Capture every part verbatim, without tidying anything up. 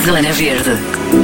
Zona Verde.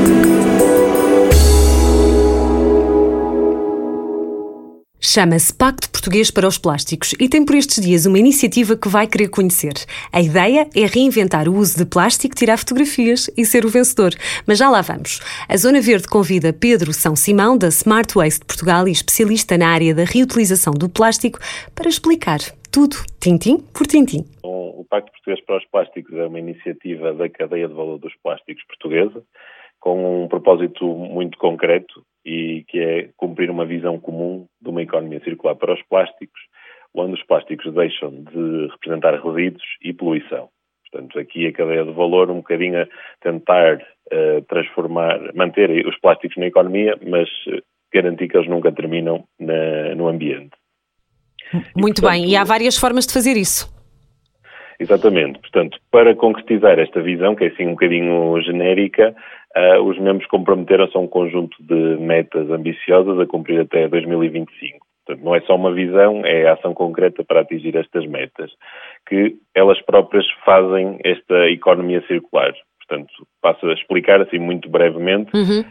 Chama-se Pacto Português para os Plásticos e tem por estes dias uma iniciativa que vai querer conhecer. A ideia é reinventar o uso de plástico, tirar fotografias e ser o vencedor. Mas já lá vamos. A Zona Verde convida Pedro São Simão, da Smart Waste Portugal e especialista na área da reutilização do plástico, para explicar tudo, tintim por tintim. O Pacto Português para os Plásticos é uma iniciativa da cadeia de valor dos plásticos portuguesa, com um propósito muito concreto e que é cumprir uma visão comum de uma economia circular para os plásticos, onde os plásticos deixam de representar resíduos e poluição. Portanto, aqui a cadeia de valor um bocadinho a tentar uh, transformar, manter os plásticos na economia, mas uh, garantir que eles nunca terminam na, no ambiente. Muito e, portanto, bem, e há várias formas de fazer isso. Exatamente. Portanto, para concretizar esta visão, que é assim um bocadinho genérica, uh, os membros comprometeram-se a um conjunto de metas ambiciosas a cumprir até dois mil e vinte e cinco. Portanto, não é só uma visão, é a ação concreta para atingir estas metas, que elas próprias fazem esta economia circular. Portanto, passo a explicar assim muito brevemente. Uhum.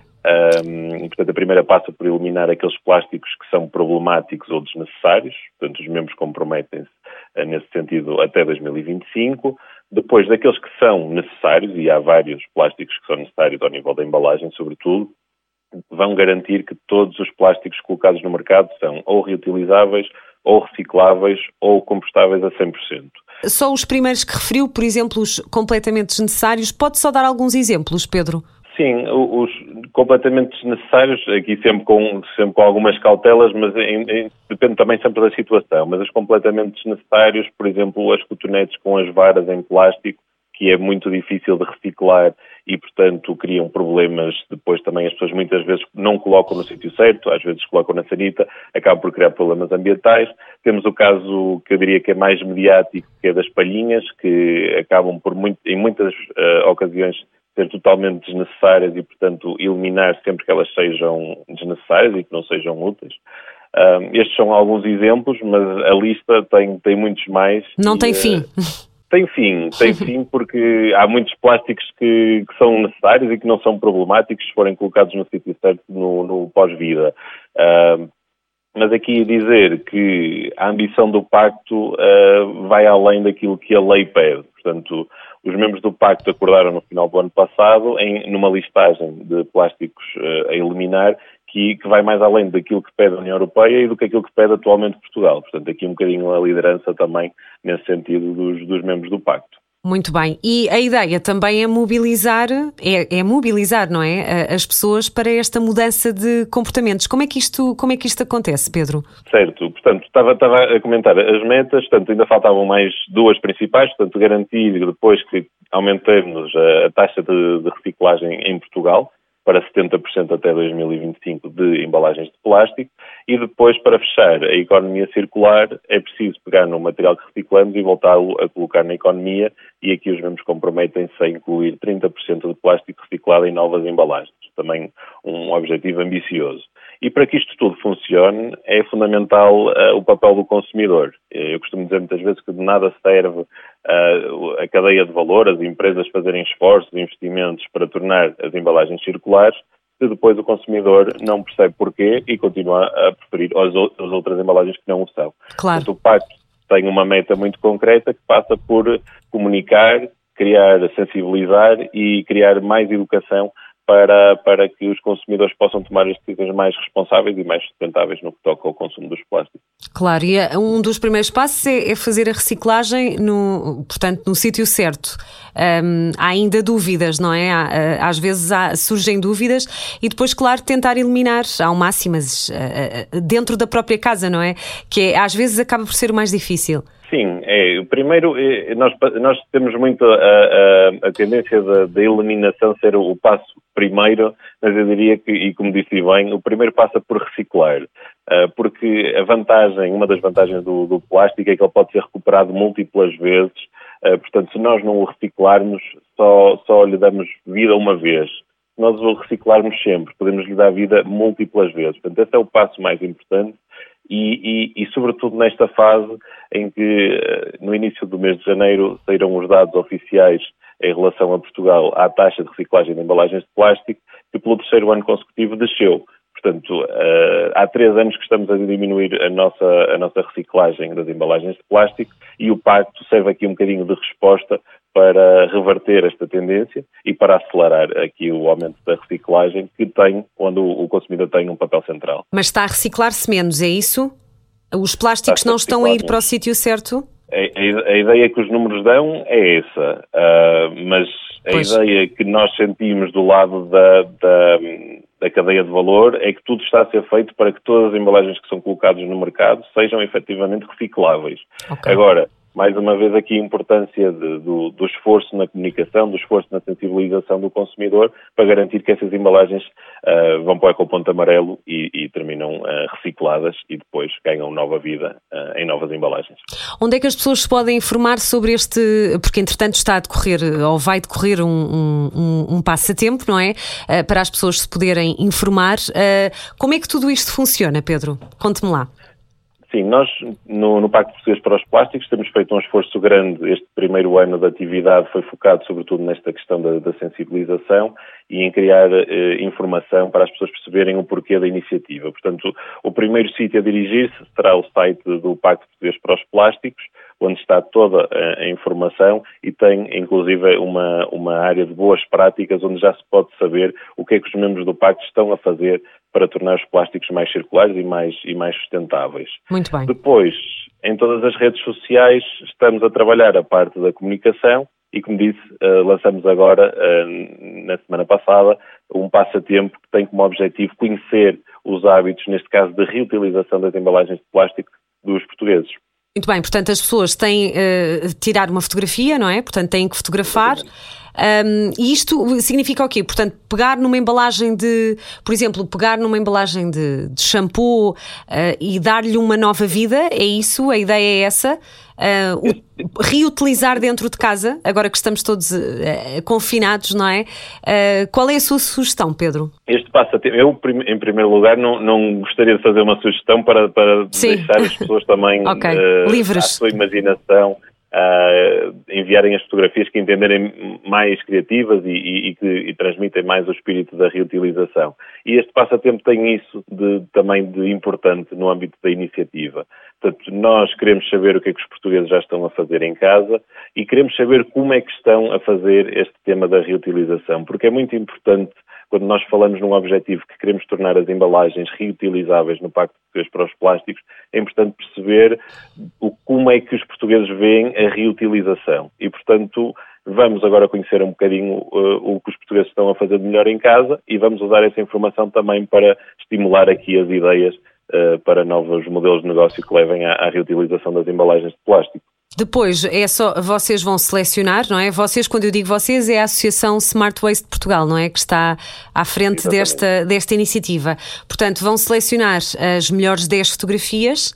Um, portanto, a primeira passa por eliminar aqueles plásticos que são problemáticos ou desnecessários. Portanto, os membros comprometem-se uh, nesse sentido até dois mil e vinte e cinco. Depois, daqueles que são necessários, e há vários plásticos que são necessários ao nível da embalagem, sobretudo, vão garantir que todos os plásticos colocados no mercado são ou reutilizáveis, ou recicláveis, ou compostáveis a cem por cento. Só os primeiros que referiu, por exemplo, os completamente desnecessários, pode só dar alguns exemplos, Pedro? Sim, os completamente desnecessários, aqui sempre com, sempre com algumas cautelas, mas em, em, depende também sempre da situação, mas os completamente desnecessários, por exemplo, as cotonetes com as varas em plástico, que é muito difícil de reciclar e, portanto, criam problemas. Depois também as pessoas muitas vezes não colocam no sítio certo, às vezes colocam na sanita, acabam por criar problemas ambientais. Temos o caso que eu diria que é mais mediático, que é das palhinhas, que acabam por, muito, em muitas uh, ocasiões, ser totalmente desnecessárias e, portanto, eliminar sempre que elas sejam desnecessárias e que não sejam úteis. Um, estes são alguns exemplos, mas a lista tem, tem muitos mais. Não e, tem fim. Tem fim, tem fim porque há muitos plásticos que, que são necessários e que não são problemáticos se forem colocados no sítio certo no, no pós-vida. Uh, mas aqui dizer que a ambição do Pacto uh, vai além daquilo que a lei pede. Portanto, os membros do Pacto acordaram no final do ano passado em, numa listagem de plásticos uh, a eliminar que, que vai mais além daquilo que pede a União Europeia e do que aquilo que pede atualmente Portugal. Portanto, aqui um bocadinho a liderança também nesse sentido dos, dos membros do Pacto. Muito bem. E a ideia também é mobilizar, é, é mobilizar, não é? As pessoas para esta mudança de comportamentos. Como é que isto, como é que isto acontece, Pedro? Certo. Portanto, estava, estava a comentar as metas, portanto, ainda faltavam mais duas principais, portanto, garantir depois que aumentemos a, a taxa de, de reciclagem em Portugal para setenta por cento até dois mil e vinte e cinco de embalagens de plástico e depois, para fechar a economia circular, é preciso pegar no material que reciclamos e voltá-lo a colocar na economia e aqui os membros comprometem-se a incluir trinta por cento de plástico reciclado em novas embalagens. Também um objetivo ambicioso. E para que isto tudo funcione, é fundamental uh, o papel do consumidor. Eu costumo dizer muitas vezes que de nada serve uh, a cadeia de valor, as empresas fazerem esforços, investimentos para tornar as embalagens circulares, se depois o consumidor não percebe porquê e continua a preferir as, as outras embalagens que não o são. Claro. Portanto, o Pacto tem uma meta muito concreta que passa por comunicar, criar, sensibilizar e criar mais educação Para, para que os consumidores possam tomar as decisões mais responsáveis e mais sustentáveis no que toca ao consumo dos plásticos. Claro, e um dos primeiros passos é, é fazer a reciclagem no, portanto, no sítio certo. Um, há ainda dúvidas, não é? Há, às vezes há, surgem dúvidas e depois, claro, tentar eliminar ao máximo uh, dentro da própria casa, não é? Que é, às vezes acaba por ser o mais difícil. Sim, é, primeiro nós, nós temos muito a, a, a tendência da, da eliminação ser o, o passo primeiro, mas eu diria que, e como disse bem, o primeiro passa por reciclar, uh, porque a vantagem, uma das vantagens do, do plástico é que ele pode ser recuperado múltiplas vezes, uh, portanto se nós não o reciclarmos, só, só lhe damos vida uma vez. Se nós o reciclarmos sempre, podemos lhe dar vida múltiplas vezes, portanto esse é o passo mais importante. e, e, e sobretudo nesta fase em que no início do mês de janeiro saíram os dados oficiais em relação a Portugal à taxa de reciclagem de embalagens de plástico, que pelo terceiro ano consecutivo desceu. Portanto, há três anos que estamos a diminuir a nossa, a nossa reciclagem das embalagens de plástico e o Pacto serve aqui um bocadinho de resposta para reverter esta tendência e para acelerar aqui o aumento da reciclagem, que tem, onde o consumidor tem um papel central. Mas está a reciclar-se menos, é isso? Os plásticos não estão a ir para o sítio certo? A, a, a ideia que os números dão é essa, uh, mas a pois. ideia que nós sentimos do lado da, da, da cadeia de valor é que tudo está a ser feito para que todas as embalagens que são colocadas no mercado sejam efetivamente recicláveis. Okay. Agora, mais uma vez aqui a importância de, do, do esforço na comunicação, do esforço na sensibilização do consumidor para garantir que essas embalagens uh, vão para o ecoponto amarelo e, e terminam uh, recicladas e depois ganham nova vida uh, em novas embalagens. Onde é que as pessoas se podem informar sobre este, porque entretanto está a decorrer ou vai decorrer um, um, um, um passatempo, não é? Uh, para as pessoas se poderem informar. Uh, como é que tudo isto funciona, Pedro? Conte-me lá. Sim, nós no, no Pacto Português para os Plásticos temos feito um esforço grande. Este primeiro ano de atividade foi focado sobretudo nesta questão da, da sensibilização e em criar eh, informação para as pessoas perceberem o porquê da iniciativa. Portanto, o primeiro sítio a dirigir-se será o site do Pacto Português para os Plásticos, onde está toda a, a informação e tem inclusive uma, uma área de boas práticas onde já se pode saber o que é que os membros do Pacto estão a fazer para tornar os plásticos mais circulares e mais, e mais sustentáveis. Muito bem. Depois, em todas as redes sociais, estamos a trabalhar a parte da comunicação e, como disse, uh, lançamos agora, uh, na semana passada, um passatempo que tem como objetivo conhecer os hábitos, neste caso, de reutilização das embalagens de plástico dos portugueses. Muito bem, portanto as pessoas têm uh, de tirar uma fotografia, não é? Portanto têm que fotografar. Um, e isto significa o quê? Portanto, pegar numa embalagem de, por exemplo, pegar numa embalagem de, de shampoo uh, e dar-lhe uma nova vida, é isso? A ideia é essa? Uh, o, reutilizar dentro de casa, agora que estamos todos uh, confinados, não é? Uh, qual é a sua sugestão, Pedro? Este passatempo, eu em primeiro lugar não, não gostaria de fazer uma sugestão para, para deixar as pessoas também okay. uh, livres. À sua imaginação. Uh, enviarem as fotografias que entenderem mais criativas e, e, e que e transmitem mais o espírito da reutilização. E este passatempo tem isso de, também de importante no âmbito da iniciativa. Portanto, nós queremos saber o que é que os portugueses já estão a fazer em casa e queremos saber como é que estão a fazer este tema da reutilização, porque é muito importante quando nós falamos num objetivo que queremos tornar as embalagens reutilizáveis no Pacto Português para os Plásticos, é importante perceber o, como é que os portugueses veem a reutilização. E, portanto, vamos agora conhecer um bocadinho uh, o que os portugueses estão a fazer de melhor em casa e vamos usar essa informação também para estimular aqui as ideias uh, para novos modelos de negócio que levem à, à reutilização das embalagens de plástico. Depois, é só, vocês vão selecionar, não é? Vocês, quando eu digo vocês, é a Associação Smart Waste de Portugal, não é? Que está à frente desta, desta iniciativa. Portanto, vão selecionar as melhores dez fotografias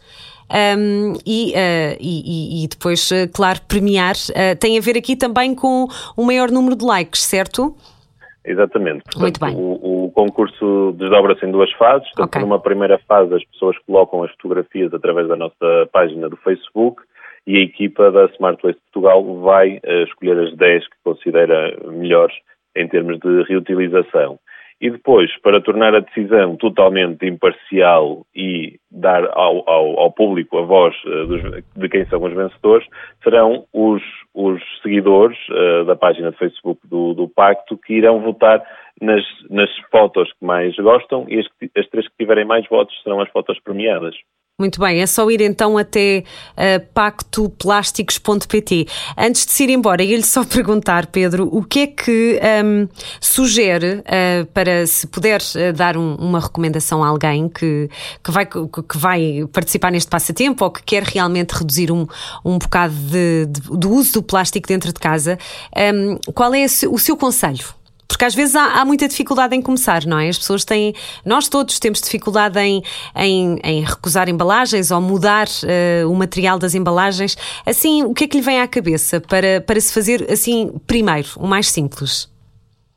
um, e, uh, e, e depois, uh, claro, premiar. Uh, tem a ver aqui também com um maior número de likes, certo? Exatamente. Portanto, muito bem. O, o concurso desdobra-se em duas fases. Portanto, okay. Numa primeira fase, as pessoas colocam as fotografias através da nossa página do Facebook. E a equipa da Smart Waste Portugal vai uh, escolher as dez que considera melhores em termos de reutilização. E depois, para tornar a decisão totalmente imparcial e dar ao, ao, ao público a voz uh, dos, de quem são os vencedores, serão os, os seguidores uh, da página de Facebook do, do Pacto que irão votar nas, nas fotos que mais gostam e as, as três que tiverem mais votos serão as fotos premiadas. Muito bem, é só ir então até uh, pacto plásticos ponto pt. Antes de se ir embora, ia-lhe só perguntar, Pedro, o que é que um, sugere uh, para, se puder uh, dar um, uma recomendação a alguém que, que, vai, que, que vai participar neste passatempo ou que quer realmente reduzir um, um bocado de, de, do uso do plástico dentro de casa, um, qual é o seu conselho? Porque às vezes há, há muita dificuldade em começar, não é? As pessoas têm, nós todos temos dificuldade em, em, em recusar embalagens ou mudar uh, o material das embalagens. Assim, o que é que lhe vem à cabeça para, para se fazer assim, primeiro, o mais simples?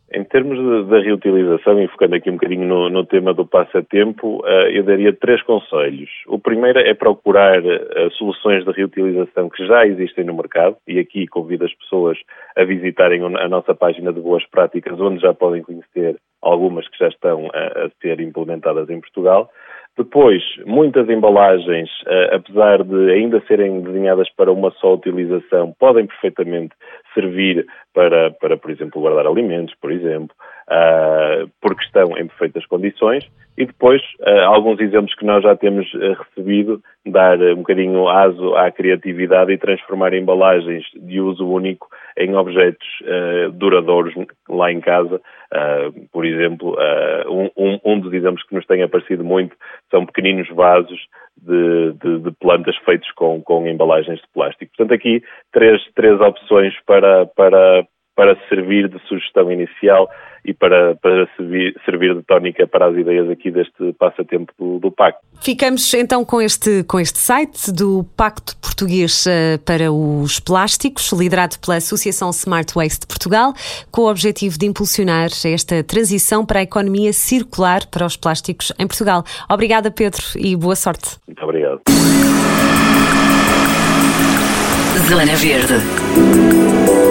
Em termos da reutilização, e focando aqui um bocadinho no, no tema do passatempo, uh, eu daria três conselhos. O primeiro é procurar uh, soluções de reutilização que já existem no mercado, e aqui convido as pessoas a visitarem a nossa página de boas práticas, onde já podem conhecer algumas que já estão a, a ser implementadas em Portugal. Depois, muitas embalagens, uh, apesar de ainda serem desenhadas para uma só utilização, podem perfeitamente servir para, para por exemplo, guardar alimentos, por exemplo, uh, porque estão em perfeitas condições. E depois, uh, alguns exemplos que nós já temos uh, recebido, dar um bocadinho aso à criatividade e transformar embalagens de uso único em objetos uh, duradouros lá em casa. Uh, por exemplo, uh, um, um, um dos exemplos que nos tem aparecido muito são pequeninos vasos de, de, de plantas feitos com, com embalagens de plástico. Portanto, aqui três, três opções para, para, para servir de sugestão inicial e para, para servir, servir de tónica para as ideias aqui deste passatempo do, do Pacto. Ficamos então com este, com este site do Pacto Português para os Plásticos, liderado pela Associação Smart Waste de Portugal, com o objetivo de impulsionar esta transição para a economia circular para os plásticos em Portugal. Obrigada, Pedro, e boa sorte. Muito obrigado. Zona Verde.